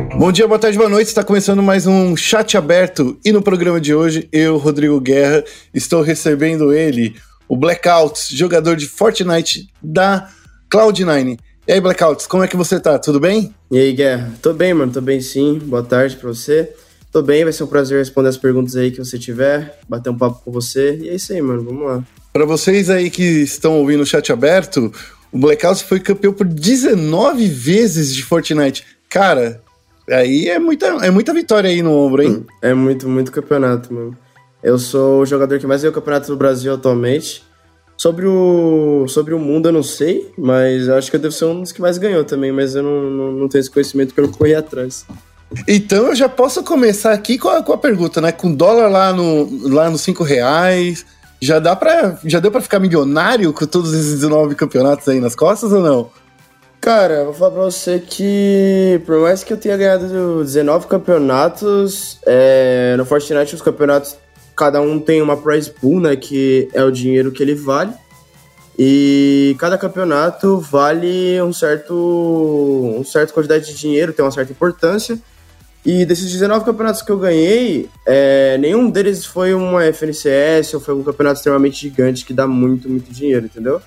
Bom dia, boa tarde, boa noite. Está começando mais um Chat Aberto e no programa de hoje, eu, Rodrigo Guerra, estou recebendo ele, o Blackouts, jogador de Fortnite da Cloud9. E aí, Blackouts, como é que você tá? Tudo bem? E aí, Guerra? Tô bem, mano, tô bem sim. Boa tarde pra você. Tô bem, vai ser um prazer responder as perguntas aí que você tiver, bater um papo com você. E é isso aí, mano, vamos lá. Para vocês aí que estão ouvindo o Chat Aberto, o Blackouts foi campeão por 19 vezes de Fortnite. Cara, aí é muita vitória aí no ombro, hein? É muito campeonato, mano. Eu sou o jogador que mais ganhou o campeonato do Brasil atualmente. Sobre o mundo eu não sei, mas acho que eu devo ser um dos que mais ganhou também, mas eu não tenho esse conhecimento porque eu não corri atrás. Então eu já posso começar aqui com a pergunta, né? Com dólar lá nos R$5, já deu pra ficar milionário com todos esses 19 campeonatos aí nas costas ou não? Cara, vou falar pra você que por mais que eu tenha ganhado 19 campeonatos, no Fortnite os campeonatos, cada um tem uma prize pool, né, que é o dinheiro que ele vale, e cada campeonato vale uma certa quantidade de dinheiro, tem uma certa importância, e desses 19 campeonatos que eu ganhei, nenhum deles foi uma FNCS ou foi um campeonato extremamente gigante que dá muito dinheiro, entendeu?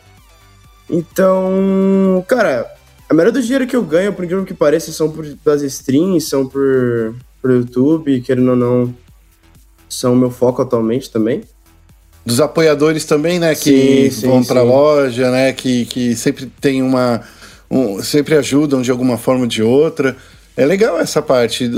Então, cara, a maioria do dinheiro que eu ganho, por incrível que pareça, são das streams, são por YouTube, querendo ou não, são o meu foco atualmente também. Dos apoiadores também, né, que vão pra loja, né, que sempre tem sempre ajudam de alguma forma ou de outra. É legal essa parte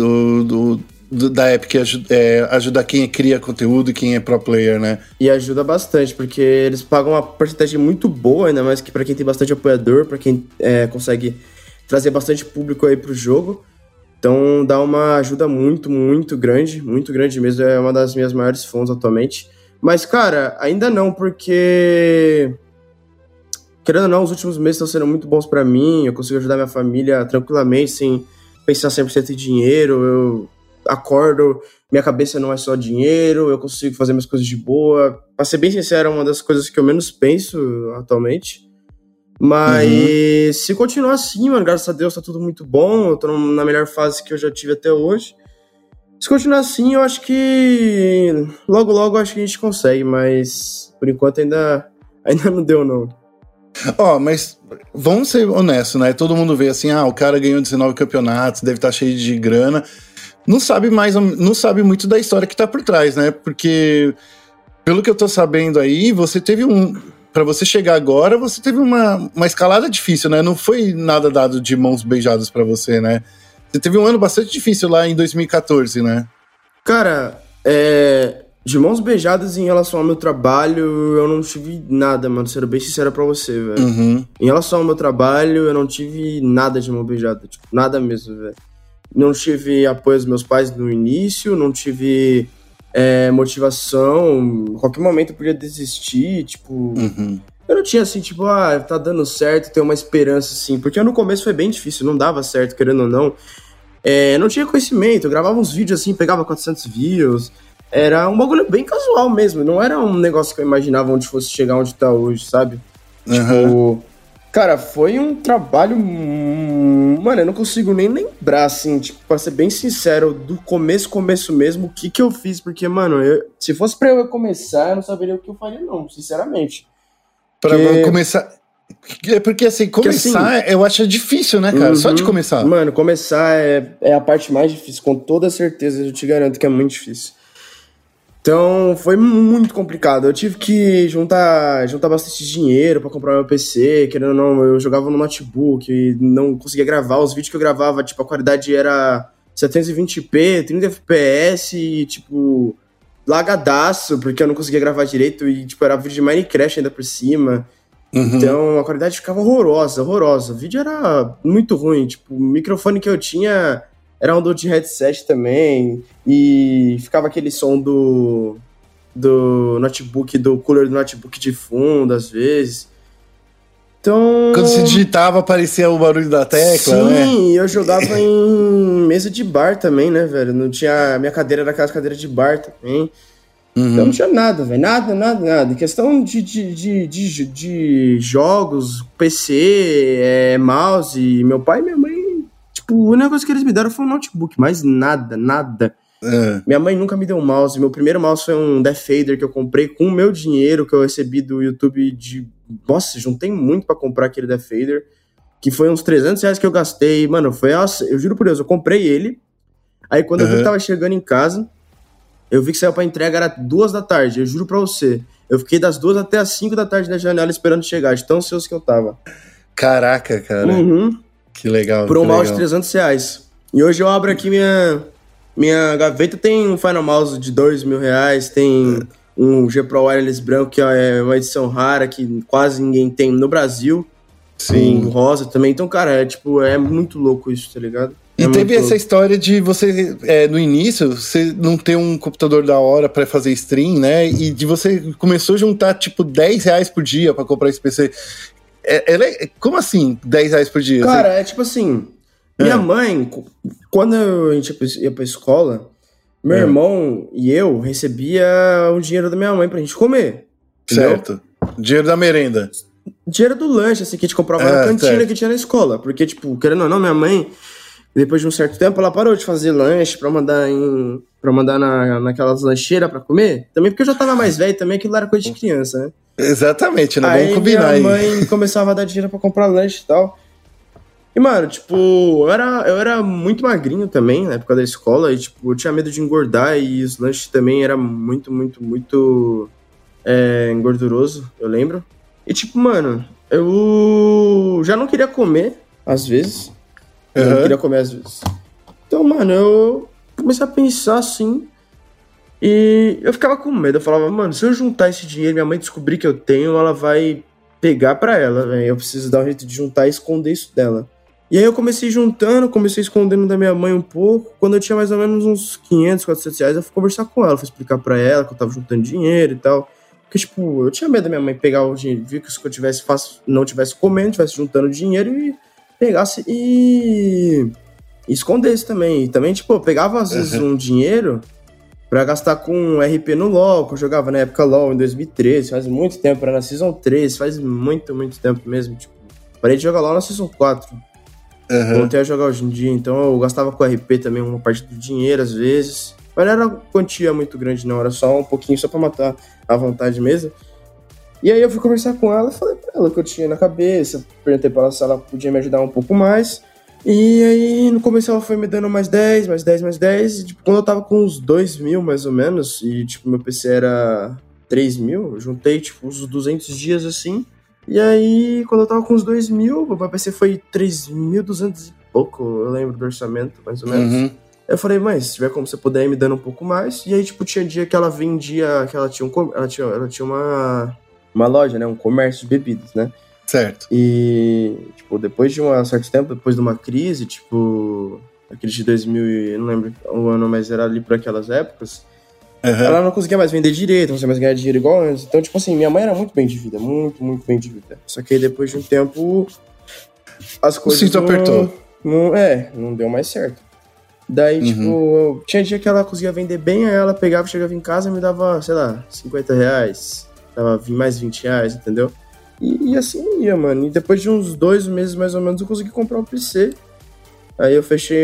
da Epic, ajudar quem cria conteúdo e quem é pro player, né? E ajuda bastante, porque eles pagam uma porcentagem muito boa, ainda mais que pra quem tem bastante apoiador, pra quem consegue trazer bastante público aí pro jogo. Então dá uma ajuda muito grande mesmo, é uma das minhas maiores fontes atualmente. Mas, cara, ainda não, porque querendo ou não, os últimos meses estão sendo muito bons pra mim, eu consigo ajudar minha família tranquilamente, sem pensar 100% em dinheiro, eu acordo, minha cabeça não é só dinheiro, eu consigo fazer minhas coisas de boa. Pra ser bem sincero, é uma das coisas que eu menos penso atualmente. Mas se continuar assim, mano, graças a Deus tá tudo muito bom, eu tô na melhor fase que eu já tive até hoje. Se continuar assim, eu acho que logo acho que a gente consegue, mas por enquanto ainda não deu, não. Mas vamos ser honestos, né? Todo mundo vê assim, o cara ganhou 19 campeonatos, deve estar cheio de grana. Não sabe muito da história que tá por trás, né? Porque, pelo que eu tô sabendo aí, você teve pra você chegar agora, você teve uma escalada difícil, né? Não foi nada dado de mãos beijadas pra você, né? Você teve um ano bastante difícil lá em 2014, né? Cara, de mãos beijadas em relação ao meu trabalho, eu não tive nada, mano, sendo bem sincero pra você, velho. Em relação ao meu trabalho, eu não tive nada de mão beijada, tipo, nada mesmo, velho. Não tive apoio dos meus pais no início, não tive motivação, em qualquer momento eu podia desistir, tipo... Eu não tinha assim, tipo, tá dando certo, tem uma esperança, assim, porque no começo foi bem difícil, não dava certo, querendo ou não. Não tinha conhecimento, eu gravava uns vídeos assim, pegava 400 views, era um bagulho bem casual mesmo, não era um negócio que eu imaginava onde fosse chegar onde tá hoje, sabe? Tipo, cara, foi um trabalho, mano, eu não consigo nem lembrar, assim, tipo, pra ser bem sincero, do começo mesmo, o que eu fiz, porque, mano, se fosse pra eu começar, eu não saberia o que eu faria não, sinceramente. Pra começar... Porque assim, começar eu acho difícil, né, cara? Só de começar. Mano, começar é a parte mais difícil, com toda certeza, eu te garanto que é muito difícil. Então, foi muito complicado. Eu tive que juntar bastante dinheiro pra comprar meu PC, querendo ou não, eu jogava no notebook e não conseguia gravar. Os vídeos que eu gravava, tipo, a qualidade era 720p, 30 FPS e, tipo, lagadaço, porque eu não conseguia gravar direito e, tipo, era vídeo de Minecraft ainda por cima. Então a qualidade ficava horrorosa. O vídeo era muito ruim. Tipo, o microfone que eu tinha era um de headset também. E ficava aquele som do notebook, do cooler do notebook de fundo, às vezes. Então... Quando se digitava, aparecia o barulho da tecla, sim, né? Sim, eu jogava em mesa de bar também, né, velho? Não tinha... Minha cadeira era aquelas cadeiras de bar também. Então não tinha nada, velho. Nada. Em questão de jogos, PC, mouse, meu pai e minha mãe, tipo, tipo, a única coisa que eles me deram foi um notebook, mas nada. Minha mãe nunca me deu um mouse. Meu primeiro mouse foi um Death Fader que eu comprei com o meu dinheiro que eu recebi do YouTube de... Nossa, juntei muito pra comprar aquele Death Fader, que foi uns R$300 que eu gastei. Mano, foi... Nossa, eu juro por Deus, eu comprei ele. Aí quando eu vi que tava chegando em casa, eu vi que saiu pra entrega, era 2 da tarde, eu juro pra você. Eu fiquei das 2 até as 5 da tarde na janela esperando chegar, de tão ansioso que eu tava. Caraca, cara. Que legal. Por um mouse de R$300. E hoje eu abro aqui minha gaveta, tem um Final Mouse de R$2.000, tem um G Pro Wireless branco, que é uma edição rara, que quase ninguém tem no Brasil. Sim. Um rosa também. Então, cara, é muito louco isso, tá ligado? E teve essa história de você, no início, você não ter um computador da hora pra fazer stream, né? E de você começou a juntar, tipo, R$10 por dia pra comprar esse PC. Como assim, R$10 por dia? Cara, é tipo assim, minha mãe, quando a gente ia pra escola, meu irmão e eu recebia o dinheiro da minha mãe pra gente comer. Entendeu? Certo. Dinheiro da merenda. Dinheiro do lanche, assim, que a gente comprava na cantina que tinha na escola. Porque, tipo, querendo ou não, minha mãe, depois de um certo tempo, ela parou de fazer lanche pra mandar naquelas lancheiras pra comer. Também porque eu já tava mais velho, também aquilo era coisa de criança, né? Exatamente, né? Vamos Aí combinar minha mãe começava a dar dinheiro pra comprar lanche e tal. E, mano, tipo, eu era muito magrinho também na época da escola. E, tipo, eu tinha medo de engordar. E os lanches também eram muito engorduroso, eu lembro. E, tipo, mano, eu já não queria comer, às vezes. Eu não queria comer, às vezes. Então, mano, eu comecei a pensar assim. E eu ficava com medo. Eu falava, mano, se eu juntar esse dinheiro, minha mãe descobrir que eu tenho, ela vai pegar pra ela, velho. Eu preciso dar um jeito de juntar e esconder isso dela. E aí eu comecei juntando, comecei escondendo da minha mãe um pouco. Quando eu tinha mais ou menos uns R$500, R$400, eu fui conversar com ela. Fui explicar pra ela que eu tava juntando dinheiro e tal. Porque, tipo, eu tinha medo da minha mãe pegar o dinheiro, viu que se eu não tivesse comendo, tivesse juntando dinheiro e pegasse e escondesse também. E também, tipo, eu pegava às vezes um dinheiro pra gastar com RP no LoL, que eu jogava na época LoL em 2013, faz muito tempo, era na Season 3, faz muito tempo mesmo. Tipo, parei de jogar LoL na Season 4. Voltei a jogar hoje em dia, então eu gastava com RP também uma parte do dinheiro às vezes. Mas não era quantia muito grande, não, era só um pouquinho, só pra matar a vontade mesmo. E aí eu fui conversar com ela, falei pra ela o que eu tinha na cabeça, perguntei pra ela se ela podia me ajudar um pouco mais. E aí no começo ela foi me dando mais 10, e tipo, quando eu tava com uns 2.000 mais ou menos, e tipo, meu PC era 3.000, eu juntei tipo uns 200 dias assim. E aí, quando eu tava com uns 2.000, meu PC foi 3.200 e pouco, eu lembro do orçamento, mais ou menos. Eu falei, mas se tiver como você puder ir me dando um pouco mais. E aí, tipo, tinha dia que ela vendia, que ela tinha uma loja, né, um comércio de bebidas, né? Certo. E, tipo, depois de um certo tempo, depois de uma crise, tipo, aquele de 2000, eu não lembro o ano, mas era ali por aquelas épocas, ela não conseguia mais vender direito, não conseguia mais ganhar dinheiro igual antes. Então, tipo assim, minha mãe era muito bem de vida, muito bem de vida. Só que aí, depois de um tempo, as coisas... O cinto apertou. Não deu mais certo. Daí, tipo, tinha dia que ela conseguia vender bem, aí ela pegava, chegava em casa e me dava, sei lá, R$50, dava mais R$20, entendeu? E assim ia, mano. E depois de uns 2 meses, mais ou menos, eu consegui comprar um PC. Aí eu fechei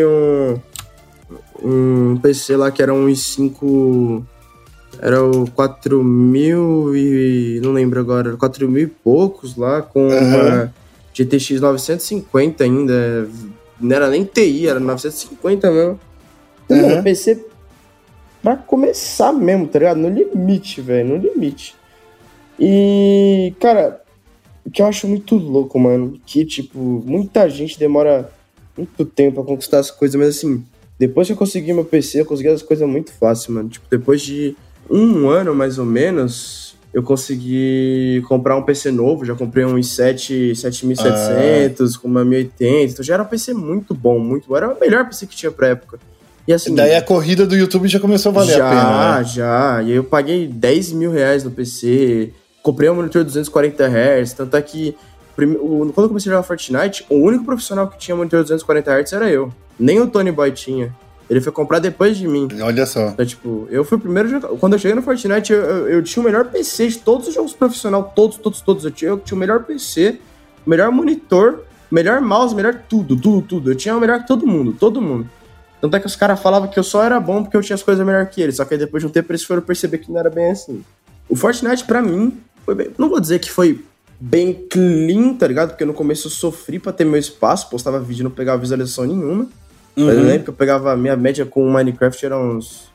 um PC lá que era um i5... Era o 4.000 e... Não lembro agora. 4.000 e poucos lá, com uma GTX 950 ainda. Não era nem TI, era 950 mesmo. Então, PC pra começar mesmo, tá ligado? No limite, velho. No limite. E, cara... O que eu acho muito louco, mano, que, tipo, muita gente demora muito tempo pra conquistar as coisas, mas, assim, depois que eu consegui meu PC, eu consegui as coisas muito fácil, mano. Tipo, depois de 1 ano, mais ou menos, eu consegui comprar um PC novo. Já comprei um i7 7700 com uma 1080, então já era um PC muito bom, muito bom. Era o melhor PC que tinha pra época. E, assim, daí a corrida do YouTube já começou a valer a pena, né? Já. E aí eu paguei R$10.000 no PC... Comprei um monitor de 240 Hz, tanto é que quando eu comecei a jogar Fortnite, o único profissional que tinha monitor de 240 Hz era eu. Nem o Tony Boy tinha. Ele foi comprar depois de mim. Olha só. Então, tipo, eu fui o primeiro jogador. Quando eu cheguei no Fortnite, eu tinha o melhor PC de todos os jogos profissionais, todos. Eu tinha o melhor PC, o melhor monitor, Melhor mouse, melhor tudo. Eu tinha o melhor que todo mundo. Tanto é que os caras falavam que eu só era bom porque eu tinha as coisas melhor que eles. Só que aí depois de um tempo eles foram perceber que não era bem assim. O Fortnite, pra mim, foi bem... Não vou dizer que foi bem clean, tá ligado? Porque no começo eu sofri pra ter meu espaço. Postava vídeo e não pegava visualização nenhuma. Mas eu lembro que eu pegava... Minha média com o Minecraft era uns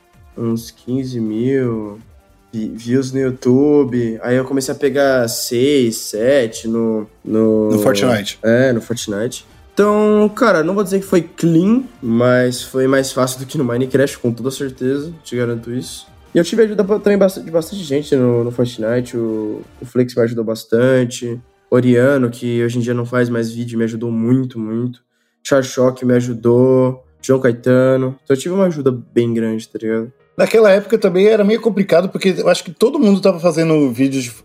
15 mil views no YouTube. Aí eu comecei a pegar 6, 7 no Fortnite. No Fortnite. Então, cara, não vou dizer que foi clean, mas foi mais fácil do que no Minecraft, com toda certeza, te garanto isso. E eu tive ajuda também de bastante gente no Fortnite, o Flex me ajudou bastante, Oriano, que hoje em dia não faz mais vídeo, me ajudou muito. Charshock me ajudou, João Caetano, então eu tive uma ajuda bem grande, tá ligado? Naquela época também era meio complicado, porque eu acho que todo mundo tava fazendo vídeos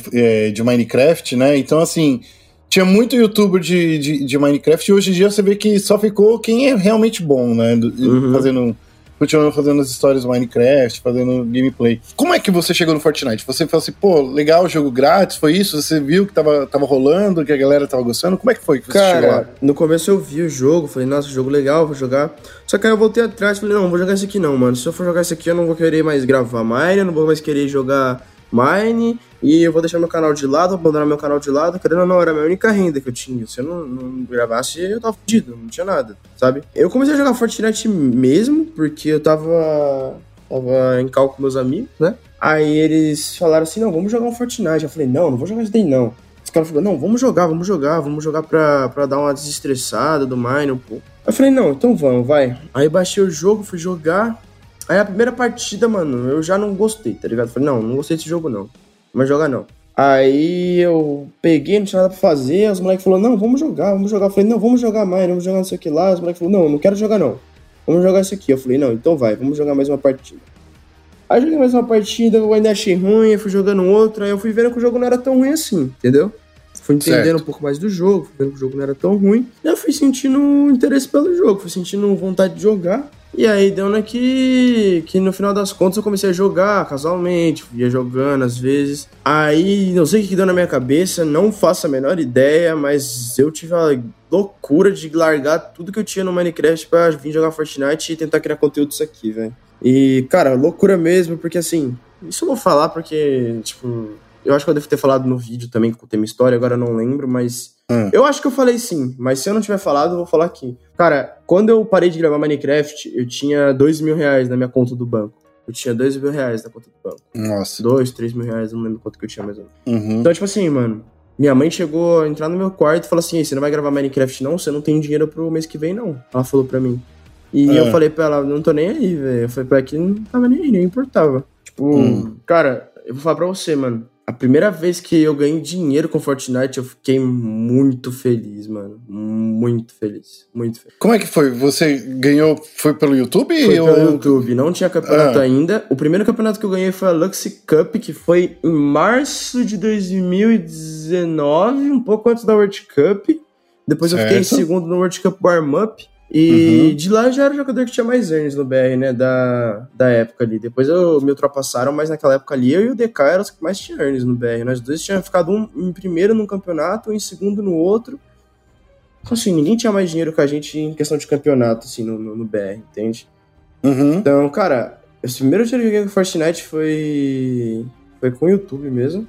de Minecraft, né? Então, assim, tinha muito youtuber de Minecraft e hoje em dia você vê que só ficou quem é realmente bom, né? Continuando fazendo as histórias do Minecraft, fazendo gameplay. Como é que você chegou no Fortnite? Você falou assim, pô, legal, jogo grátis, foi isso? Você viu que tava rolando, que a galera tava gostando? Como é que foi que você chegou lá? No começo eu vi o jogo, falei, nossa, jogo legal, vou jogar. Só que aí eu voltei atrás e falei, não vou jogar esse aqui não, mano. Se eu for jogar esse aqui, eu não vou querer mais gravar Mine, eu não vou mais querer jogar Mine, e eu vou deixar meu canal de lado, abandonar meu canal de lado, querendo ou não, era a minha única renda que eu tinha. Se eu não gravasse, eu tava fudido, não tinha nada, sabe? Eu comecei a jogar Fortnite mesmo, porque eu tava em call com meus amigos, né? Aí eles falaram assim, não, vamos jogar um Fortnite. Eu falei, não vou jogar isso daí não. Os caras falaram, não, vamos jogar pra dar uma desestressada do Mine, pô. Eu falei, não, então vamos, vai. Aí baixei o jogo, fui jogar. Aí a primeira partida, mano, eu já não gostei, tá ligado? Falei, não gostei desse jogo não. Mas jogar não. Aí eu peguei, não tinha nada pra fazer. Os moleques falaram, não, vamos jogar. Eu falei, não, vamos jogar mais, vamos jogar não sei o que lá. Os moleques falaram, não quero jogar não. Vamos jogar isso aqui. Eu falei, não, então vai, vamos jogar mais uma partida. Aí joguei mais uma partida, eu ainda achei ruim, eu fui jogando outra. Aí eu fui vendo que o jogo não era tão ruim assim, entendeu? Fui entendendo um pouco mais do jogo, fui vendo que o jogo não era tão ruim. E eu fui sentindo interesse pelo jogo, fui sentindo vontade de jogar. E aí deu que no final das contas eu comecei a jogar casualmente, ia jogando às vezes. Aí não sei o que deu na minha cabeça, não faço a menor ideia, mas eu tive a loucura de largar tudo que eu tinha no Minecraft pra vir jogar Fortnite e tentar criar conteúdo disso aqui, velho. E, cara, loucura mesmo, porque assim, isso eu vou falar porque, tipo, eu acho que eu devo ter falado no vídeo também que eu contei minha história, agora eu não lembro, mas... Eu acho que eu falei sim, mas se eu não tiver falado, eu vou falar aqui. Cara, quando eu parei de gravar Minecraft, eu tinha R$2.000 na minha conta do banco. Eu tinha R$2.000 na conta do banco. Nossa. 2, 3 mil reais, não lembro quanto que eu tinha mais ou menos. Então, tipo assim, mano, minha mãe chegou a entrar no meu quarto e falou assim, você não vai gravar Minecraft não? Você não tem dinheiro pro mês que vem não. Ela falou pra mim. E eu falei pra ela, não tô nem aí, velho. Eu falei pra ela que não tava nem aí, nem importava. Tipo, cara, eu vou falar pra você, mano. A primeira vez que eu ganhei dinheiro com Fortnite, eu fiquei muito feliz, mano. Muito feliz. Como é que foi? Você ganhou, foi pelo YouTube? Foi pelo YouTube, não tinha campeonato ainda. O primeiro campeonato que eu ganhei foi a Luxy Cup, que foi em março de 2019, um pouco antes da World Cup. Depois eu fiquei em segundo no World Cup Warm-Up. E de lá eu já era o jogador que tinha mais earnings no BR, né, da época ali. Depois me ultrapassaram, mas naquela época ali eu e o DK eram os que mais tinham earnings no BR. Nós dois tínhamos ficado um em primeiro num campeonato, um em segundo no outro. Então assim, ninguém tinha mais dinheiro que a gente em questão de campeonato, assim, no BR, entende? Então, cara, esse primeiro dinheiro que eu ganhei com Fortnite foi com o YouTube mesmo.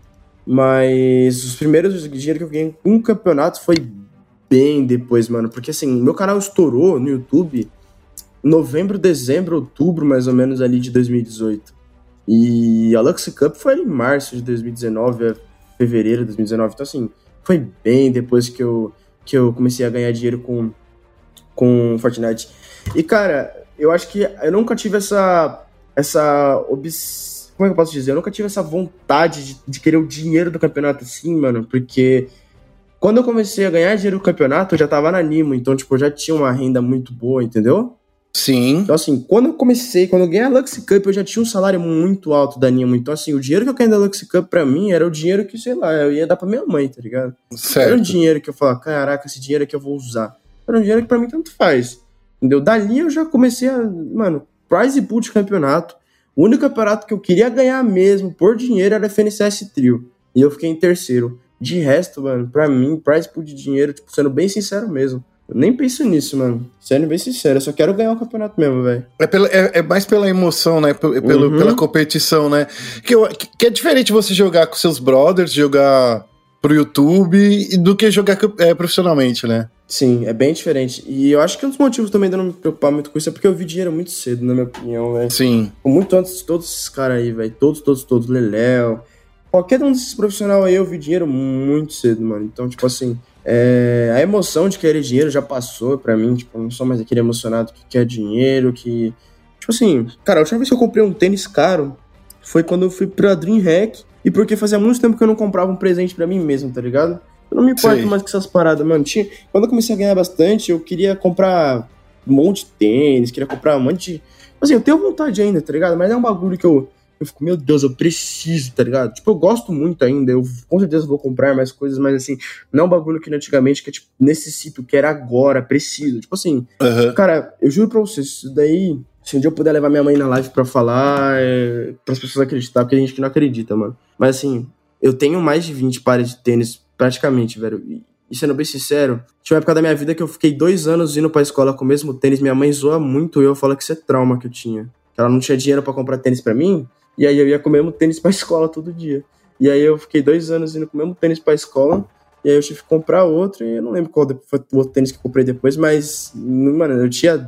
Mas os primeiros dinheiro que eu ganhei com o campeonato foi bem depois, mano, porque assim, meu canal estourou no YouTube em novembro, dezembro, outubro, mais ou menos ali de 2018. E a Luxy Cup foi em março de 2019, fevereiro de 2019. Então assim, foi bem depois que eu comecei a ganhar dinheiro com Fortnite. E cara, eu acho que eu nunca tive como é que eu posso dizer? Eu nunca tive essa vontade de querer o dinheiro do campeonato assim, mano, porque quando eu comecei a ganhar dinheiro no campeonato, eu já tava na Nimo, então, tipo, eu já tinha uma renda muito boa, entendeu? Sim. Então, assim, quando eu ganhei a Luxy Cup, eu já tinha um salário muito alto da Nimo. Então, assim, o dinheiro que eu ganhei da Luxy Cup, pra mim, era o dinheiro que, sei lá, eu ia dar pra minha mãe, tá ligado? Certo. Era um dinheiro que eu falava, caraca, esse dinheiro aqui eu vou usar. Era um dinheiro que pra mim tanto faz, entendeu? Dali eu já comecei mano, prize pool de campeonato. O único campeonato que eu queria ganhar mesmo, por dinheiro, era FNCS Trio. E eu fiquei em terceiro. De resto, mano, pra mim, prize pool de dinheiro, tipo, sendo bem sincero mesmo, eu nem penso nisso, mano. Sendo bem sincero, eu só quero ganhar o campeonato mesmo, velho. É mais pela emoção, né? Pela competição, né? Que é diferente você jogar com seus brothers, jogar pro YouTube, do que jogar profissionalmente, né? Sim, é bem diferente. E eu acho que um dos motivos também de eu não me preocupar muito com isso é porque eu vi dinheiro muito cedo, na minha opinião, velho. Sim. Muito antes de todos esses caras aí, velho. Todos. Leléo. Qualquer um desses profissionais aí eu vi dinheiro muito cedo, mano. Então, tipo assim, a emoção de querer dinheiro já passou pra mim. Tipo, eu não sou mais aquele emocionado que quer dinheiro, que... Tipo assim, cara, a última vez que eu comprei um tênis caro foi quando eu fui pra DreamHack e porque fazia muito tempo que eu não comprava um presente pra mim mesmo, tá ligado? Eu não me importo mais com essas paradas, mano. Quando eu comecei a ganhar bastante, eu queria comprar um monte de tênis, queria comprar um monte de... Assim, eu tenho vontade ainda, tá ligado? Mas é um bagulho que eu fico, meu Deus, eu preciso, tá ligado? Tipo, eu gosto muito ainda, eu com certeza vou comprar mais coisas, mas assim, não é um bagulho que antigamente, que é tipo, necessito, quero agora, preciso. Tipo assim, cara, eu juro pra vocês, isso daí, se um dia eu puder levar minha mãe na live pra falar, pras pessoas acreditar, porque tem gente que não acredita, mano. Mas assim, eu tenho mais de 20 pares de tênis, praticamente, velho. E sendo bem sincero, tinha uma época da minha vida que eu fiquei 2 anos indo pra escola com o mesmo tênis, minha mãe zoa muito eu, fala que isso é trauma que eu tinha. Ela não tinha dinheiro pra comprar tênis pra mim, e aí eu ia com o mesmo tênis pra escola todo dia. E aí eu fiquei 2 anos indo com o mesmo tênis pra escola, e aí eu tive que comprar outro, e eu não lembro qual foi o outro tênis que eu comprei depois, mas, mano, eu tinha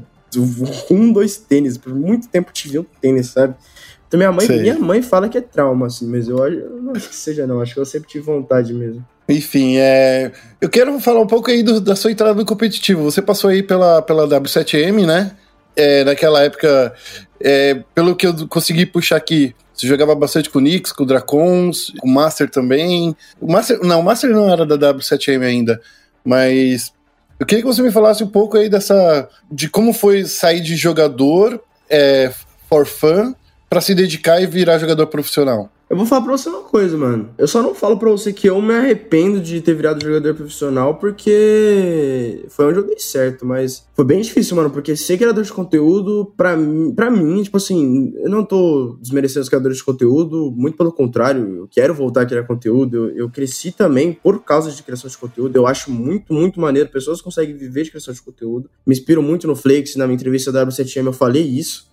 2 tênis, por muito tempo eu tive um tênis, sabe? Então minha mãe fala que é trauma, assim, mas eu não acho que seja não, acho que eu sempre tive vontade mesmo. Enfim, eu quero falar um pouco aí da sua entrada no competitivo. Você passou aí pela W7M, né? Naquela época, pelo que eu consegui puxar aqui, você jogava bastante com o Nyx, com o Dracons, com o Master também. O Master não era da W7M ainda, mas eu queria que você me falasse um pouco aí de como foi sair de jogador for fun pra se dedicar e virar jogador profissional. Eu vou falar pra você uma coisa, mano. Eu só não falo pra você que eu me arrependo de ter virado jogador profissional porque foi onde eu dei certo, mas foi bem difícil, mano, porque ser criador de conteúdo, pra mim, tipo assim, eu não tô desmerecendo os criadores de conteúdo, muito pelo contrário, eu quero voltar a criar conteúdo, eu cresci também por causa de criação de conteúdo, eu acho muito, muito maneiro, pessoas conseguem viver de criação de conteúdo, me inspiro muito no Flakes, na minha entrevista da W7M eu falei isso.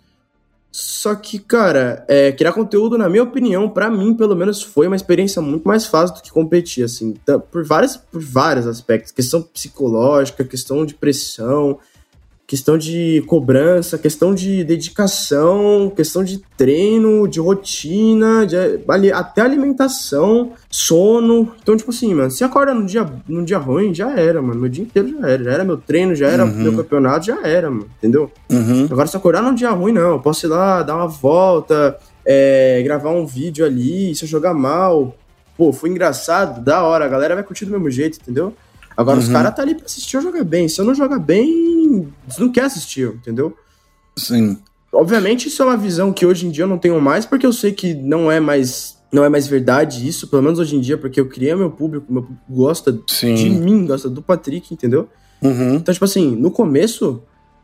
Só que, cara, criar conteúdo, na minha opinião, pra mim, pelo menos, foi uma experiência muito mais fácil do que competir, assim, por vários aspectos. Questão psicológica, questão de pressão, questão de cobrança, questão de dedicação, questão de treino, de rotina, até alimentação, sono. Então, tipo assim, mano, se acorda num dia ruim, já era, mano. Meu dia inteiro já era. Já era meu treino, já era meu campeonato, já era, mano. Entendeu? Agora, se acordar num dia ruim, não. Eu posso ir lá, dar uma volta, gravar um vídeo ali. Se eu jogar mal, pô, foi engraçado, da hora. A galera vai curtir do mesmo jeito, entendeu? Agora, os caras tá ali pra assistir eu jogar bem. Se eu não jogar bem, você não quer assistir, entendeu? Sim. Obviamente, isso é uma visão que hoje em dia eu não tenho mais, porque eu sei que não é mais verdade isso, pelo menos hoje em dia, porque eu criei meu público gosta de mim, gosta do Patrick, entendeu? Então, tipo assim, no começo,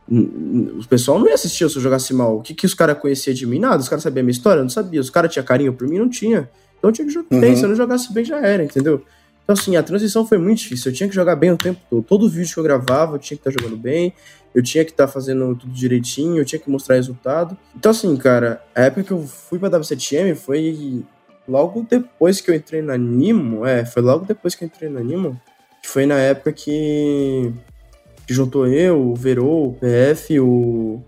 o pessoal não ia assistir se eu jogasse mal. O que os caras conheciam de mim? Nada, os caras sabiam a minha história? Eu não sabia. Os caras tinham carinho por mim? Não tinha. Então eu tinha que jogar bem, se eu não jogasse bem já era, entendeu? Então, assim, a transição foi muito difícil. Eu tinha que jogar bem o tempo todo. Todo vídeo que eu gravava, eu tinha que estar jogando bem. Eu tinha que estar fazendo tudo direitinho. Eu tinha que mostrar resultado. Então, assim, cara, a época que eu fui pra W7M foi logo depois que eu entrei na Nimo. Foi logo depois que eu entrei na Nimo. Que foi na época que juntou eu, o Verô, o PF, o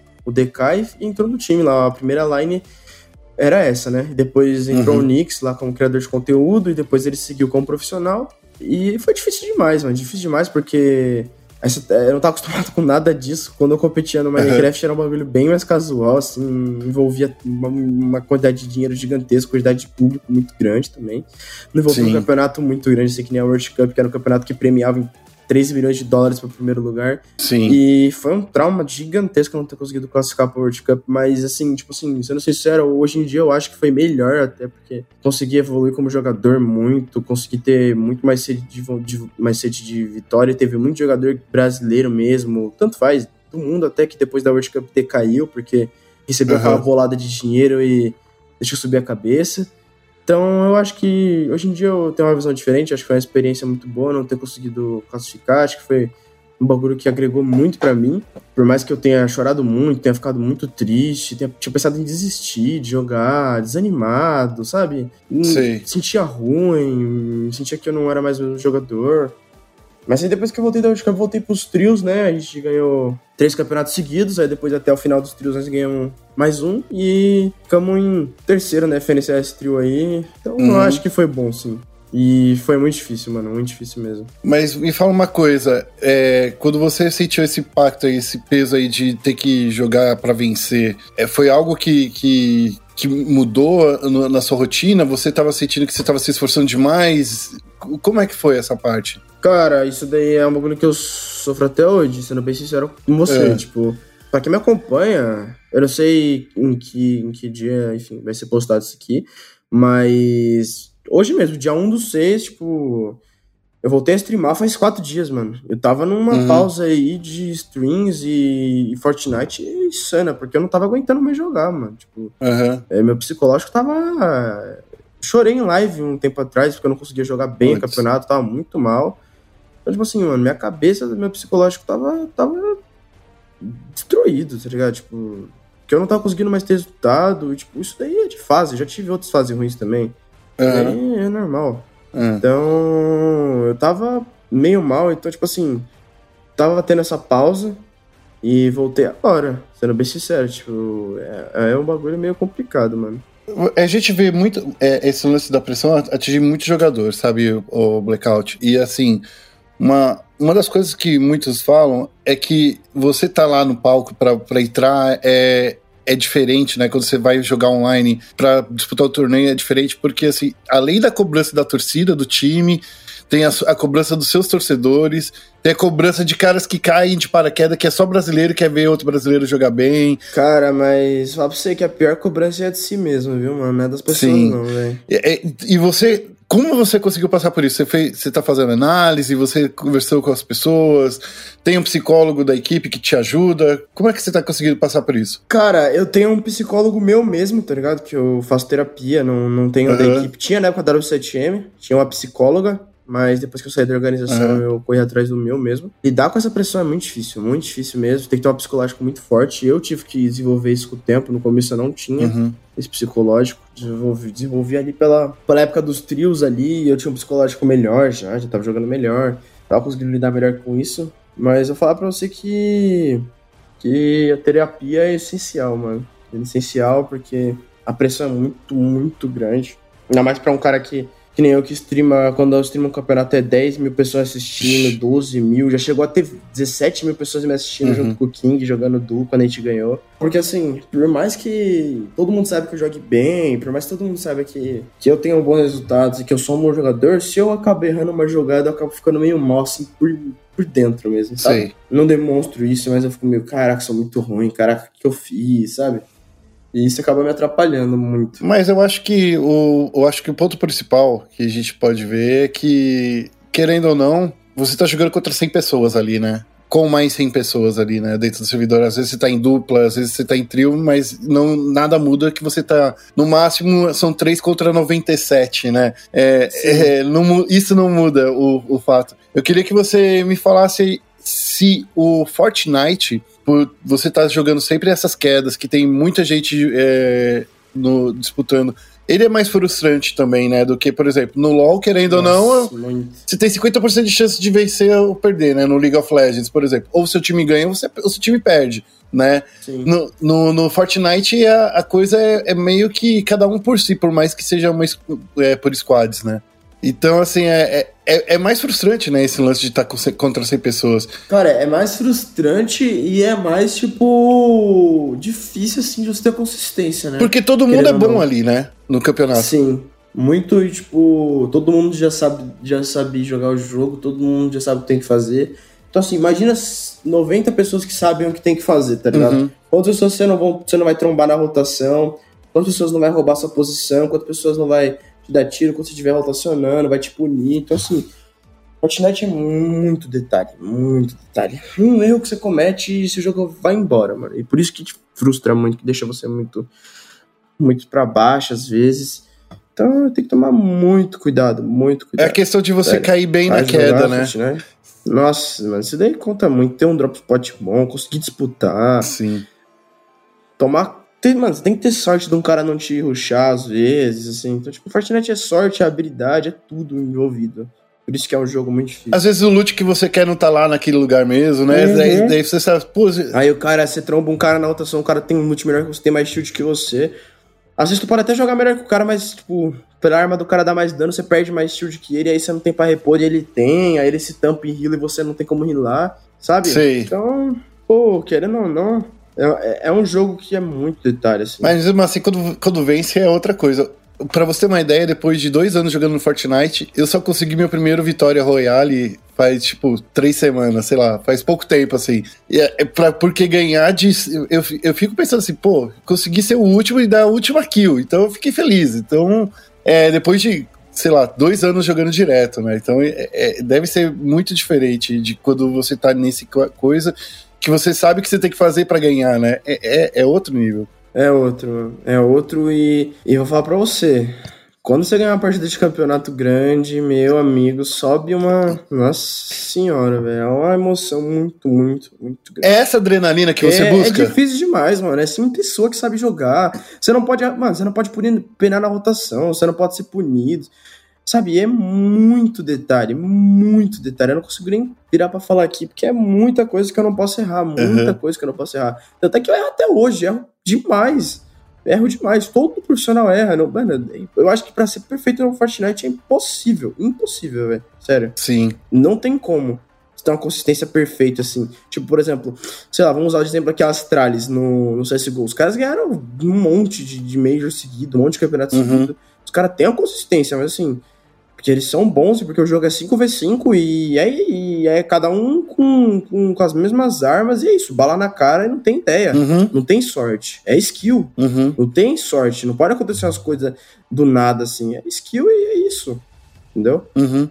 DK e entrou no time lá. A primeira line era essa, né? Depois entrou o Nyx lá como criador de conteúdo e depois ele seguiu como profissional. E foi difícil demais, mano. Difícil demais porque eu não tava acostumado com nada disso. Quando eu competia no Minecraft era um bagulho bem mais casual, assim. Envolvia uma quantidade de dinheiro gigantesca, quantidade de público muito grande também. Não envolvia um campeonato muito grande, assim, que nem a World Cup, que era um campeonato que premiava em $13 milhões para o primeiro lugar. Sim. E foi um trauma gigantesco não ter conseguido classificar para o World Cup, mas assim, tipo assim, sendo sincero, hoje em dia eu acho que foi melhor, até porque consegui evoluir como jogador muito, consegui ter muito mais sede de vitória, teve muito jogador brasileiro mesmo, tanto faz, do mundo até que depois da World Cup decaiu, porque recebeu aquela bolada de dinheiro e deixou subir a cabeça. Então, eu acho que hoje em dia eu tenho uma visão diferente. Acho que foi uma experiência muito boa não ter conseguido classificar. Acho que foi um bagulho que agregou muito pra mim. Por mais que eu tenha chorado muito, tenha ficado muito triste, tinha pensado em desistir de jogar, desanimado, sabe? Sei. Sentia ruim, sentia que eu não era mais um jogador. Mas aí depois que eu voltei da World Cup, eu voltei pros trios, né? A gente ganhou 3 campeonatos seguidos, aí depois até o final dos trios nós ganhamos mais um e ficamos em terceiro, né? FNCS trio aí. Então eu acho que foi bom, sim. E foi muito difícil, mano, muito difícil mesmo. Mas me fala uma coisa, quando você sentiu esse impacto aí, esse peso aí de ter que jogar pra vencer, foi algo que mudou na sua rotina? Você tava sentindo que você tava se esforçando demais? Como é que foi essa parte? Cara, isso daí é um bagulho que eu sofro até hoje, sendo bem sincero com você. Tipo, pra quem me acompanha, eu não sei em que dia, enfim, vai ser postado isso aqui, mas hoje mesmo, dia 1/6, tipo, eu voltei a streamar faz 4 dias, mano. Eu tava numa pausa aí de streams e Fortnite insana, porque eu não tava aguentando mais jogar, mano. Tipo, meu psicológico tava... Chorei em live um tempo atrás, porque eu não conseguia jogar bem o campeonato, tava muito mal. Então, tipo assim, mano, minha cabeça, meu psicológico tava destruído, tá ligado? Tipo, que eu não tava conseguindo mais ter resultado. E, tipo, isso daí é de fase, eu já tive outras fases ruins também. Daí é normal. Então, eu tava meio mal, então, tipo assim, tava tendo essa pausa e voltei agora, sendo bem sincero, tipo, é um bagulho meio complicado, mano. A gente vê muito esse lance da pressão atingir muito jogador, sabe, o Blackout. E assim, uma das coisas que muitos falam é que você tá lá no palco pra entrar é diferente, né? Quando você vai jogar online pra disputar o torneio é diferente, porque assim, além da cobrança da torcida, do time, tem a cobrança dos seus torcedores, tem a cobrança de caras que caem de paraquedas, que é só brasileiro, quer ver outro brasileiro jogar bem. Cara, mas fala pra você que a pior cobrança é de si mesmo, viu, mano? Não é das pessoas. Sim. Não, velho. E você... Como você conseguiu passar por isso? Você tá fazendo análise, você conversou com as pessoas, tem um psicólogo da equipe que te ajuda? Como é que você tá conseguindo passar por isso? Cara, eu tenho um psicólogo meu mesmo, tá ligado? Que eu faço terapia, não tenho da equipe. Tinha na época da W7M, tinha uma psicóloga, mas depois que eu saí da organização eu corri atrás do meu mesmo. Lidar com essa pressão é muito difícil mesmo. Tem que ter um psicológico muito forte. Eu tive que desenvolver isso com o tempo, no começo eu não tinha esse psicológico. Desenvolvi ali pela época dos trios ali, eu tinha um psicológico melhor já tava jogando melhor, tava conseguindo lidar melhor com isso. Mas eu falar pra você que a terapia é essencial, mano. É essencial porque a pressão é muito, muito grande. Ainda mais pra um cara que nem eu que streama, quando eu streamo um campeonato é 10 mil pessoas assistindo, 12 mil, já chegou a ter 17 mil pessoas me assistindo junto com o King, jogando duo quando a gente ganhou. Porque assim, por mais que todo mundo saiba que eu jogue bem, por mais que todo mundo saiba que eu tenho bons resultados e que eu sou um bom jogador, se eu acabo errando uma jogada, eu acabo ficando meio mal, assim, por dentro mesmo, sabe? Sei. Não demonstro isso, mas eu fico meio, caraca, sou muito ruim, caraca, o que eu fiz, sabe? E isso acaba me atrapalhando muito. Mas eu acho que o ponto principal que a gente pode ver é que, querendo ou não, você tá jogando contra 100 pessoas ali, né? Com mais 100 pessoas ali, né? Dentro do servidor. Às vezes você tá em dupla, às vezes você tá em trio, mas nada muda que você tá... No máximo, são 3 contra 97, né? Isso não muda o fato. Eu queria que você me falasse se o Fortnite... Por você tá jogando sempre essas quedas, que tem muita gente disputando, ele é mais frustrante também, né, do que, por exemplo, no LoL, querendo ou não, você tem 50% de chance de vencer ou perder, né, no League of Legends, por exemplo. Ou o seu time ganha ou o seu time perde, né. No Fortnite a coisa é meio que cada um por si, por mais que seja por squads, né. Então, assim, é mais frustrante, né, esse lance de estar contra 100 pessoas. Cara, é mais frustrante e é mais, tipo, difícil, assim, de você ter consistência, né? Porque todo mundo é bom ali, né, no campeonato. Sim, muito, tipo, todo mundo já sabe jogar o jogo, todo mundo já sabe o que tem que fazer. Então, assim, imagina 90 pessoas que sabem o que tem que fazer, tá ligado? Quantas pessoas você não vai trombar na rotação, quantas pessoas não vai roubar sua posição, quantas pessoas não vai te dar tiro quando você estiver rotacionando, vai te punir. Então, assim, Fortnite é muito detalhe, muito detalhe. Um erro que você comete e seu jogo vai embora, mano. E por isso que te frustra muito, que deixa você muito, muito pra baixo, às vezes. Então tem que tomar muito cuidado, muito cuidado. É a questão de você cair bem na queda, né? Nossa, mano, isso daí conta muito. Ter um drop spot bom, conseguir disputar. Sim. Mano, você tem que ter sorte de um cara não te rushar às vezes, assim. Então, tipo, Fortnite é sorte, é habilidade, é tudo envolvido. Por isso que é um jogo muito difícil. Às vezes o loot que você quer não tá lá naquele lugar mesmo, né? Daí você sabe, pô... Aí você tromba um cara na rotação, o cara tem um loot melhor que você, tem mais shield que você. Às vezes tu pode até jogar melhor que o cara, mas, tipo, pela arma do cara dar mais dano, você perde mais shield que ele, aí você não tem pra repor e ele tem, aí ele se tampa e heala e você não tem como healar, sabe? Sei. Então, pô, querendo ou não, é um jogo que é muito detalhe, assim. Mas mesmo assim, quando vence é outra coisa. Pra você ter uma ideia, depois de 2 anos jogando no Fortnite, eu só consegui meu primeiro Vitória Royale faz, tipo, 3 semanas, sei lá, faz pouco tempo, assim. E porque ganhar de... Eu fico pensando assim, pô, consegui ser o último e dar a última kill, então eu fiquei feliz. Então, depois de, sei lá, 2 anos jogando direto, né? Então, deve ser muito diferente de quando você tá nesse coisa que você sabe que você tem que fazer pra ganhar, né? É outro nível. É outro e vou falar pra você, quando você ganha uma partida de campeonato grande, meu amigo, sobe uma... Nossa senhora, velho, é uma emoção muito, muito, muito grande. É essa adrenalina que você busca? É difícil demais, mano, é assim uma pessoa que sabe jogar, você não pode penar na rotação, você não pode ser punido, sabe, é muito detalhe, eu não consigo nem virar pra falar aqui, porque é muita coisa que eu não posso errar, coisa que eu não posso errar, tanto é que eu erro até hoje, erro demais, todo profissional erra, não, mano, eu acho que pra ser perfeito no Fortnite é impossível, velho, sério. Sim. Não tem como você ter uma consistência perfeita, assim, tipo, por exemplo, sei lá, vamos usar o exemplo aqui, a Astralis no CSGO, os caras ganharam um monte de Major seguido, um monte de campeonato seguido, os caras têm uma consistência, mas assim, porque eles são bons e porque o jogo é 5v5 e é cada um com as mesmas armas e é isso, bala na cara e não tem ideia, não tem sorte, é skill, não tem sorte, não pode acontecer umas coisas do nada assim, é skill e é isso, entendeu?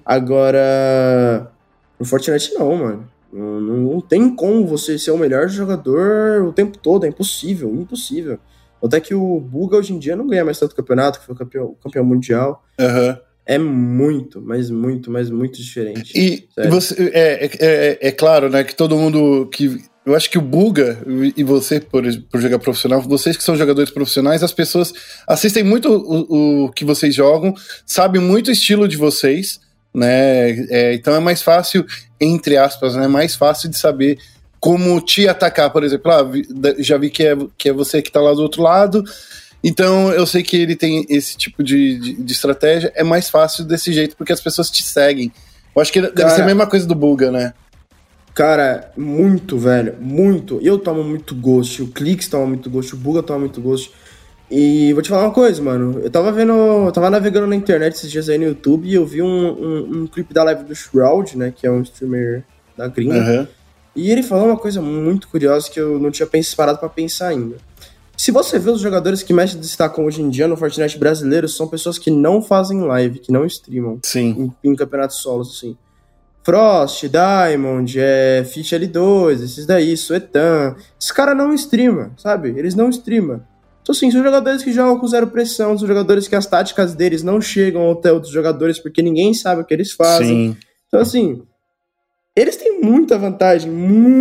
Agora, no Fortnite não, mano, não tem como você ser o melhor jogador o tempo todo, é impossível. Até que o Buga hoje em dia não ganha mais tanto campeonato, que foi o campeão mundial. É muito, mas muito diferente. E você, é claro, né, que todo mundo que... Eu acho que o Buga e você, por jogar profissional, vocês que são jogadores profissionais, as pessoas assistem muito o que vocês jogam, sabem muito o estilo de vocês, né? Então é mais fácil, entre aspas, né? Mais fácil de saber como te atacar, por exemplo. Já vi que é você que tá lá do outro lado, então eu sei que ele tem esse tipo de estratégia. É mais fácil desse jeito, porque as pessoas te seguem. Eu acho que deve ser a mesma coisa do Buga, né? Cara, muito, velho, muito. Eu tomo muito Ghost, o Clix toma muito Ghost, o Buga toma muito Ghost. E vou te falar uma coisa, mano. Eu tava navegando na internet esses dias aí no YouTube e eu vi um clipe da live do Shroud, né? Que é um streamer da gringa. E ele falou uma coisa muito curiosa que eu não tinha parado pra pensar ainda. Se você vê os jogadores que mais se destacam hoje em dia no Fortnite brasileiro, são pessoas que não fazem live, que não streamam. Sim. Em campeonatos solos, assim. Frost, Diamond, Fish L2, esses daí, Suetan. Esses caras não streamam, sabe? Eles não streamam. Então, assim, são jogadores que jogam com zero pressão, são jogadores que as táticas deles não chegam até outros jogadores porque ninguém sabe o que eles fazem. Sim. Então, assim, eles têm muita vantagem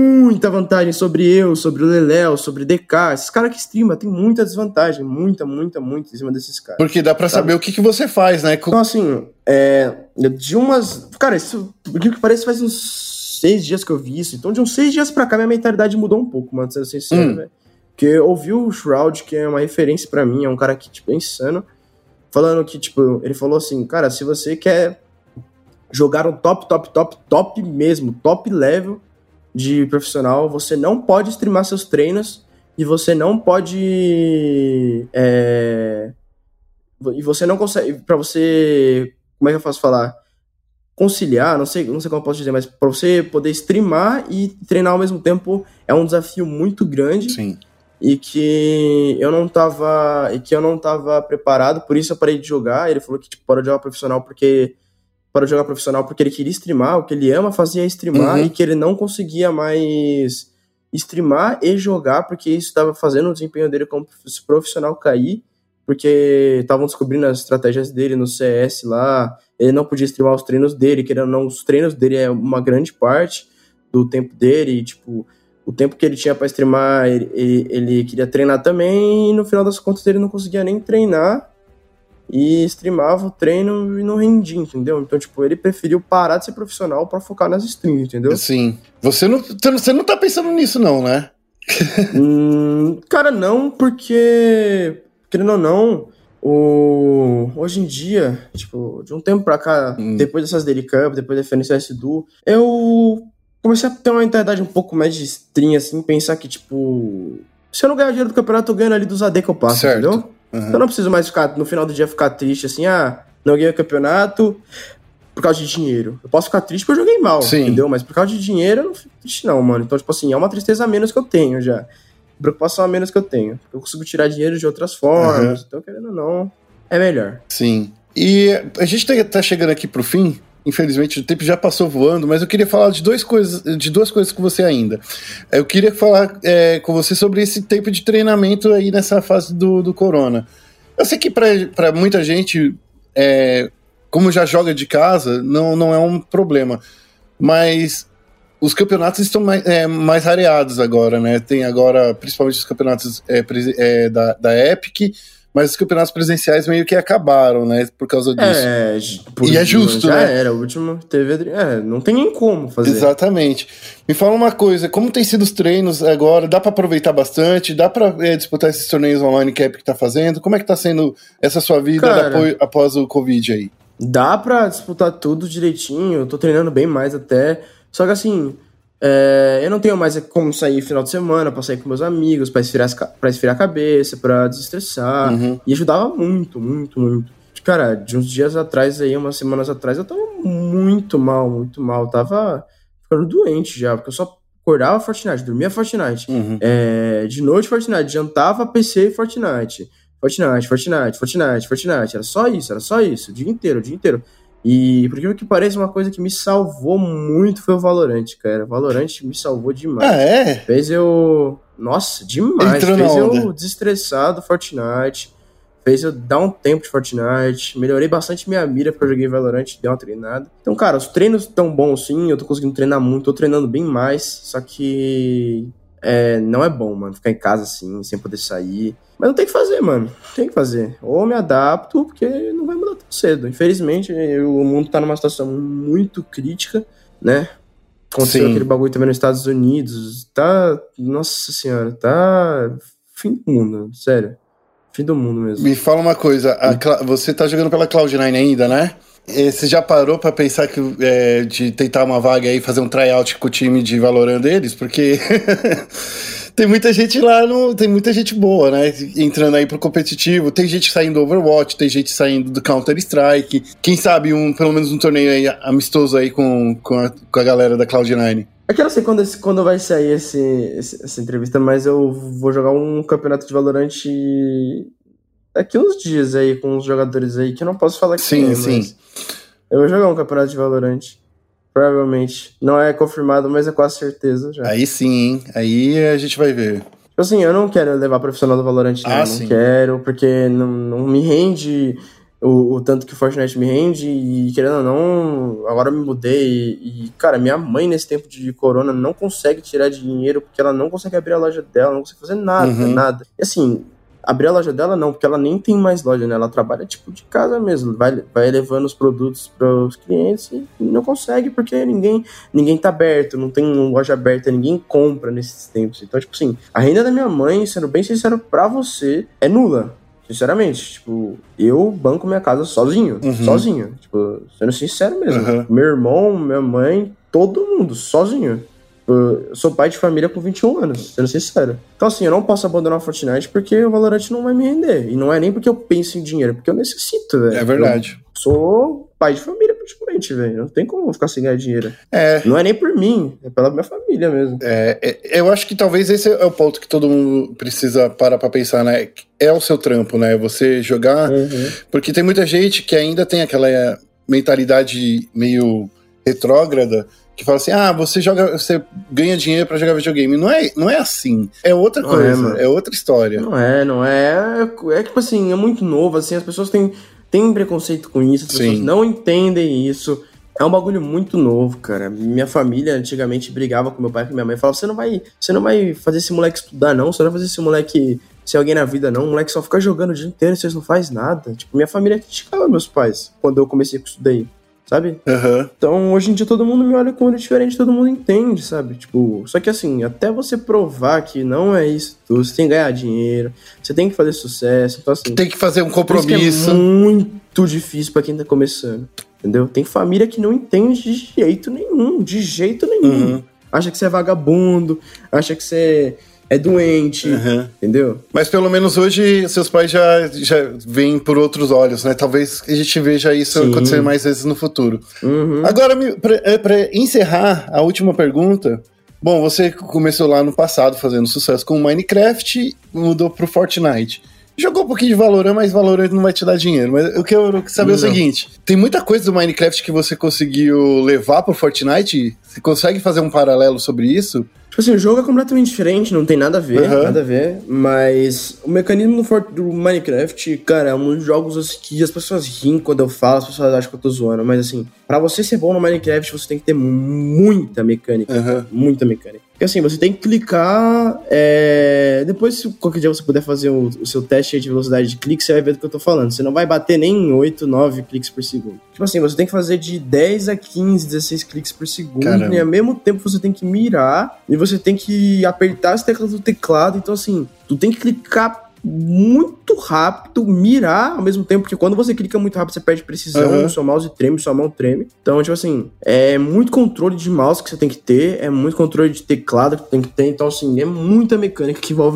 sobre o Leléo, sobre o DK. Esses caras que streamam têm muita desvantagem, muita em cima desses caras. Porque dá pra saber o que você faz, né? Então, assim, de umas... Cara, isso, por que parece, faz uns 6 dias que eu vi isso. Então, de uns 6 dias pra cá, minha mentalidade mudou um pouco, mano, sendo sincero, velho. Porque eu ouvi o Shroud, que é uma referência pra mim, é um cara que, tipo, é insano, falando que, tipo, ele falou assim, cara, se você quer jogar um top mesmo, top level de profissional, você não pode streamar seus treinos e você não pode... E você não consegue... Pra você... Como é que eu posso falar? Conciliar, não sei como eu posso dizer, mas pra você poder streamar e treinar ao mesmo tempo é um desafio muito grande. Sim. E que eu não tava preparado, por isso eu parei de jogar. Ele falou que tipo, parou de jogar profissional porque ele queria streamar, o que ele ama fazer é streamar, e que ele não conseguia mais streamar e jogar, porque isso estava fazendo o desempenho dele como profissional cair, porque estavam descobrindo as estratégias dele no CS lá, ele não podia streamar os treinos dele, querendo ou não, os treinos dele é uma grande parte do tempo dele, e, tipo, o tempo que ele tinha pra streamar, ele queria treinar também, e no final das contas ele não conseguia nem treinar, e streamava o treino e não rendia, entendeu? Então, tipo, ele preferiu parar de ser profissional pra focar nas streams, entendeu? Sim. Você não tá pensando nisso não, né? Cara, não, porque, querendo ou não, hoje em dia, tipo, de um tempo pra cá, depois dessas Daily Cup, depois da FNCS Duo, eu comecei a ter uma mentalidade um pouco mais de stream, assim, pensar que, tipo, se eu não ganhar dinheiro do campeonato, eu ganho ali dos AD que eu passo, certo. Entendeu? Eu não preciso mais ficar, no final do dia, ficar triste, assim, não ganhei o campeonato por causa de dinheiro. Eu posso ficar triste porque eu joguei mal, Sim. Entendeu? Mas por causa de dinheiro, eu não fico triste não, mano. Então, tipo assim, é uma tristeza a menos que eu tenho já. Preocupação a menos que eu tenho. Eu consigo tirar dinheiro de outras formas, Então, querendo ou não, é melhor. Sim. E a gente tá chegando aqui pro fim. Infelizmente o tempo já passou voando, mas eu queria falar de duas coisas com você ainda. Eu queria falar com você sobre esse tempo de treinamento aí nessa fase do Corona. Eu sei que para muita gente, como já joga de casa, não é um problema, mas os campeonatos estão mais rareados agora, né? Tem agora, principalmente os campeonatos da Epic, mas os campeonatos presenciais meio que acabaram, né? Por causa disso. E é justo, já né? Já era, o último teve... não tem nem como fazer. Exatamente. Me fala uma coisa, como tem sido os treinos agora? Dá pra aproveitar bastante? Dá pra disputar esses torneios online que a Epic tá fazendo? Como é que tá sendo essa sua vida após o Covid aí? Dá pra disputar tudo direitinho, eu tô treinando bem mais até. Só que assim... eu não tenho mais como sair final de semana pra sair com meus amigos, pra esfriar a cabeça, pra desestressar. E ajudava muito, muito, muito. Cara, de uns dias atrás aí, umas semanas atrás, eu tava muito mal, muito mal. Tava ficando doente já, porque eu só acordava Fortnite, dormia Fortnite. De noite Fortnite, jantava PC e Fortnite. Fortnite. Era só isso, o dia inteiro. E por que pareça, uma coisa que me salvou muito foi o Valorant, cara. O Valorant me salvou demais. Ah, é? Fez eu... Nossa, demais. Fez eu desestressar do Fortnite. Fez eu dar um tempo de Fortnite. Melhorei bastante minha mira porque eu joguei Valorant, dei uma treinada. Então, cara, os treinos estão bons sim. Eu tô conseguindo treinar muito, tô treinando bem mais. Só que... não é bom, mano, ficar em casa assim, sem poder sair. Mas não tem que fazer, mano. Tem que fazer. Ou me adapto, porque não vai mudar tão cedo. Infelizmente, o mundo tá numa situação muito crítica, né? Aconteceu aquele bagulho também nos Estados Unidos. Tá... Nossa senhora, tá... Fim do mundo, sério. Fim do mundo mesmo. Me fala uma coisa, você tá jogando pela Cloud9 ainda, né? Você já parou pra pensar de tentar uma vaga aí, fazer um tryout com o time de Valorant deles? Porque tem muita gente lá, tem muita gente boa, né? Entrando aí pro competitivo. Tem gente saindo do Overwatch, tem gente saindo do Counter-Strike. Quem sabe pelo menos um torneio aí amistoso aí com a galera da Cloud9. É que eu não sei quando vai sair essa entrevista, mas eu vou jogar um campeonato de Valorant daqui uns dias aí, com uns jogadores aí, que eu não posso falar que sim. Mas eu vou jogar um campeonato de Valorant, provavelmente. Não é confirmado, mas é quase certeza já. Aí sim, hein? Aí a gente vai ver. Tipo assim, eu não quero levar profissional do Valorant, não quero, porque não me rende o tanto que o Fortnite me rende, e querendo ou não, agora eu me mudei, e cara, minha mãe nesse tempo de corona não consegue tirar dinheiro, porque ela não consegue abrir a loja dela, não consegue fazer nada. E assim... Abrir a loja dela não, porque ela nem tem mais loja, né? Ela trabalha tipo de casa mesmo, vai levando os produtos para os clientes e não consegue porque ninguém tá aberto, não tem loja aberta, ninguém compra nesses tempos. Então, tipo assim, a renda da minha mãe, sendo bem sincero pra você, é nula. Sinceramente, tipo, eu banco minha casa sozinho, tipo, sendo sincero mesmo. Meu irmão, minha mãe, todo mundo, sozinho. Eu sou pai de família com 21 anos, sendo sincero. Então assim, eu não posso abandonar o Fortnite porque o Valorant não vai me render. E não é nem porque eu penso em dinheiro, porque eu necessito, velho. É verdade. Eu sou pai de família praticamente, velho. Não tem como ficar sem ganhar dinheiro. Não é nem por mim, é pela minha família mesmo. Eu acho que talvez esse é o ponto que todo mundo precisa parar pra pensar, né? É o seu trampo, né? Você jogar... Porque tem muita gente que ainda tem aquela mentalidade meio retrógrada, que fala assim, você ganha dinheiro pra jogar videogame. Não é assim. É outra coisa, é outra história. Não é. É tipo assim, é muito novo, assim, as pessoas têm preconceito com isso, as pessoas não entendem isso. É um bagulho muito novo, cara. Minha família antigamente brigava com meu pai e com minha mãe. Falava, você não vai fazer esse moleque estudar, não. Você não vai fazer esse moleque ser alguém na vida, não. O moleque só fica jogando o dia inteiro e vocês não fazem nada. Tipo, minha família criticava meus pais quando eu comecei com isso daí, sabe? Então, hoje em dia, todo mundo me olha com um olho diferente, todo mundo entende, sabe? Tipo, só que assim, até você provar que não é isso tudo, você tem que ganhar dinheiro, você tem que fazer sucesso. Então, assim, tem que fazer um compromisso. É muito difícil pra quem tá começando. Entendeu? Tem família que não entende de jeito nenhum. Acha que você é vagabundo, acha que você é doente, entendeu? Mas pelo menos hoje seus pais já veem por outros olhos, né? Talvez a gente veja isso acontecer mais vezes no futuro. Agora, pra encerrar a última pergunta, bom, você começou lá no passado fazendo sucesso com o Minecraft, mudou pro Fortnite. Jogou um pouquinho de Valorant, mas Valorant não vai te dar dinheiro. Mas eu quero saber o seguinte, tem muita coisa do Minecraft que você conseguiu levar pro Fortnite? Você consegue fazer um paralelo sobre isso? Tipo assim, o jogo é completamente diferente, não tem nada a ver, mas o mecanismo do Minecraft, cara, é um dos jogos assim, que as pessoas riem quando eu falo, as pessoas acham que eu tô zoando, mas assim, pra você ser bom no Minecraft, você tem que ter muita mecânica, muita mecânica. Porque assim, você tem que clicar, depois se qualquer dia você puder fazer o seu teste de velocidade de clique, você vai ver do que eu tô falando, você não vai bater nem 8, 9 cliques por segundo. Tipo assim, você tem que fazer de 10 a 15, 16 cliques por segundo, e ao mesmo tempo você tem que mirar, e você tem que apertar as teclas do teclado, então assim, tu tem que clicar muito rápido, mirar ao mesmo tempo, porque quando você clica muito rápido, você perde precisão, seu mouse treme, sua mão treme. Então, tipo assim, é muito controle de mouse que você tem que ter, é muito controle de teclado que tem que ter, então assim, é muita mecânica que envolve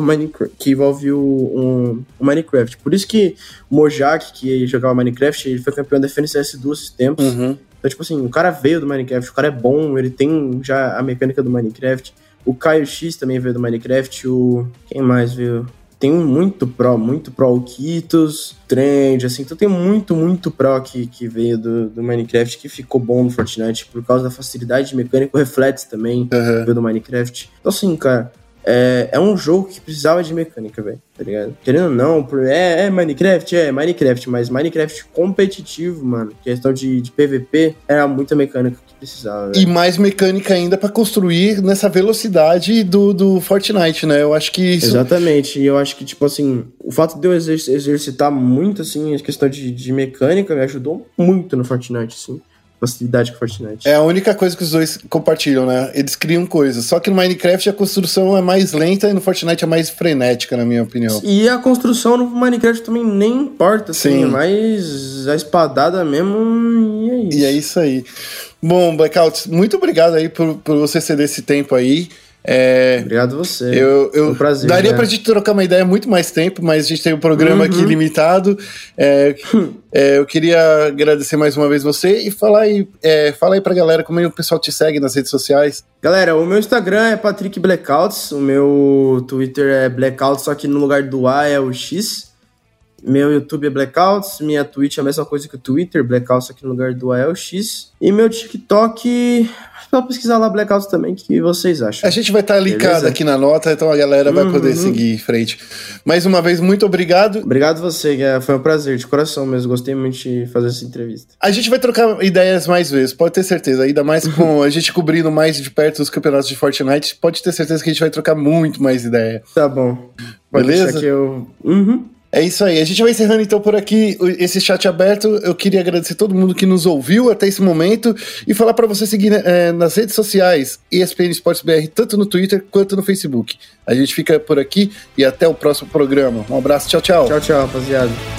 o Minecraft. Por isso que o Mojak, que jogava Minecraft, ele foi campeão da FNCS2 esses tempos. Então, tipo assim, o cara veio do Minecraft, o cara é bom, ele tem já a mecânica do Minecraft. O Caio X também veio do Minecraft, quem mais veio? Tem muito pro, o Kitos, Trend, assim, então tem muito pro que veio do Minecraft, que ficou bom no Fortnite, por causa da facilidade de mecânica, o Reflex também veio do Minecraft. Então assim, cara, é um jogo que precisava de mecânica, velho, tá ligado? Querendo ou não, Minecraft, mas Minecraft competitivo, mano, questão de PVP, era muita mecânica que precisava, véio. E mais mecânica ainda pra construir nessa velocidade do Fortnite, né? Eu acho que isso... Exatamente, e eu acho que, tipo assim, o fato de eu exercitar muito, assim, a questão de mecânica me ajudou muito no Fortnite, assim. Facilidade com Fortnite. É a única coisa que os dois compartilham, né? Eles criam coisas. Só que no Minecraft a construção é mais lenta e no Fortnite é mais frenética, na minha opinião. E a construção no Minecraft também nem importa, assim, é mais a espadada mesmo e é isso. E é isso aí. Bom, Blackout, muito obrigado aí por você ceder esse tempo aí. Obrigado a você. Foi um prazer. Daria pra gente trocar uma ideia muito mais tempo, mas a gente tem um programa aqui limitado. Eu queria agradecer mais uma vez você e fala aí pra galera como o pessoal te segue nas redes sociais. Galera, o meu Instagram é Patrick Blackouts, o meu Twitter é Blackouts, só que no lugar do A é o X. Meu YouTube é Blackouts, minha Twitch é a mesma coisa que o Twitter, Blackouts aqui no lugar do A é o X. E meu TikTok... Só pesquisar lá Blackouts também, que vocês acham. A gente vai estar linkado aqui na nota, então a galera vai poder seguir em frente. Mais uma vez, muito obrigado. Obrigado você, foi um prazer, de coração mesmo. Gostei muito de fazer essa entrevista. A gente vai trocar ideias mais vezes, pode ter certeza. Ainda mais com a gente cobrindo mais de perto os campeonatos de Fortnite, pode ter certeza que a gente vai trocar muito mais ideia. Tá bom. Pode beleza? Que eu... É isso aí, a gente vai encerrando então por aqui esse chat aberto. Eu queria agradecer todo mundo que nos ouviu até esse momento e falar para você seguir nas redes sociais ESPN Esportes BR, tanto no Twitter quanto no Facebook. A gente fica por aqui e até o próximo programa. Um abraço, tchau, tchau. Tchau, rapaziada.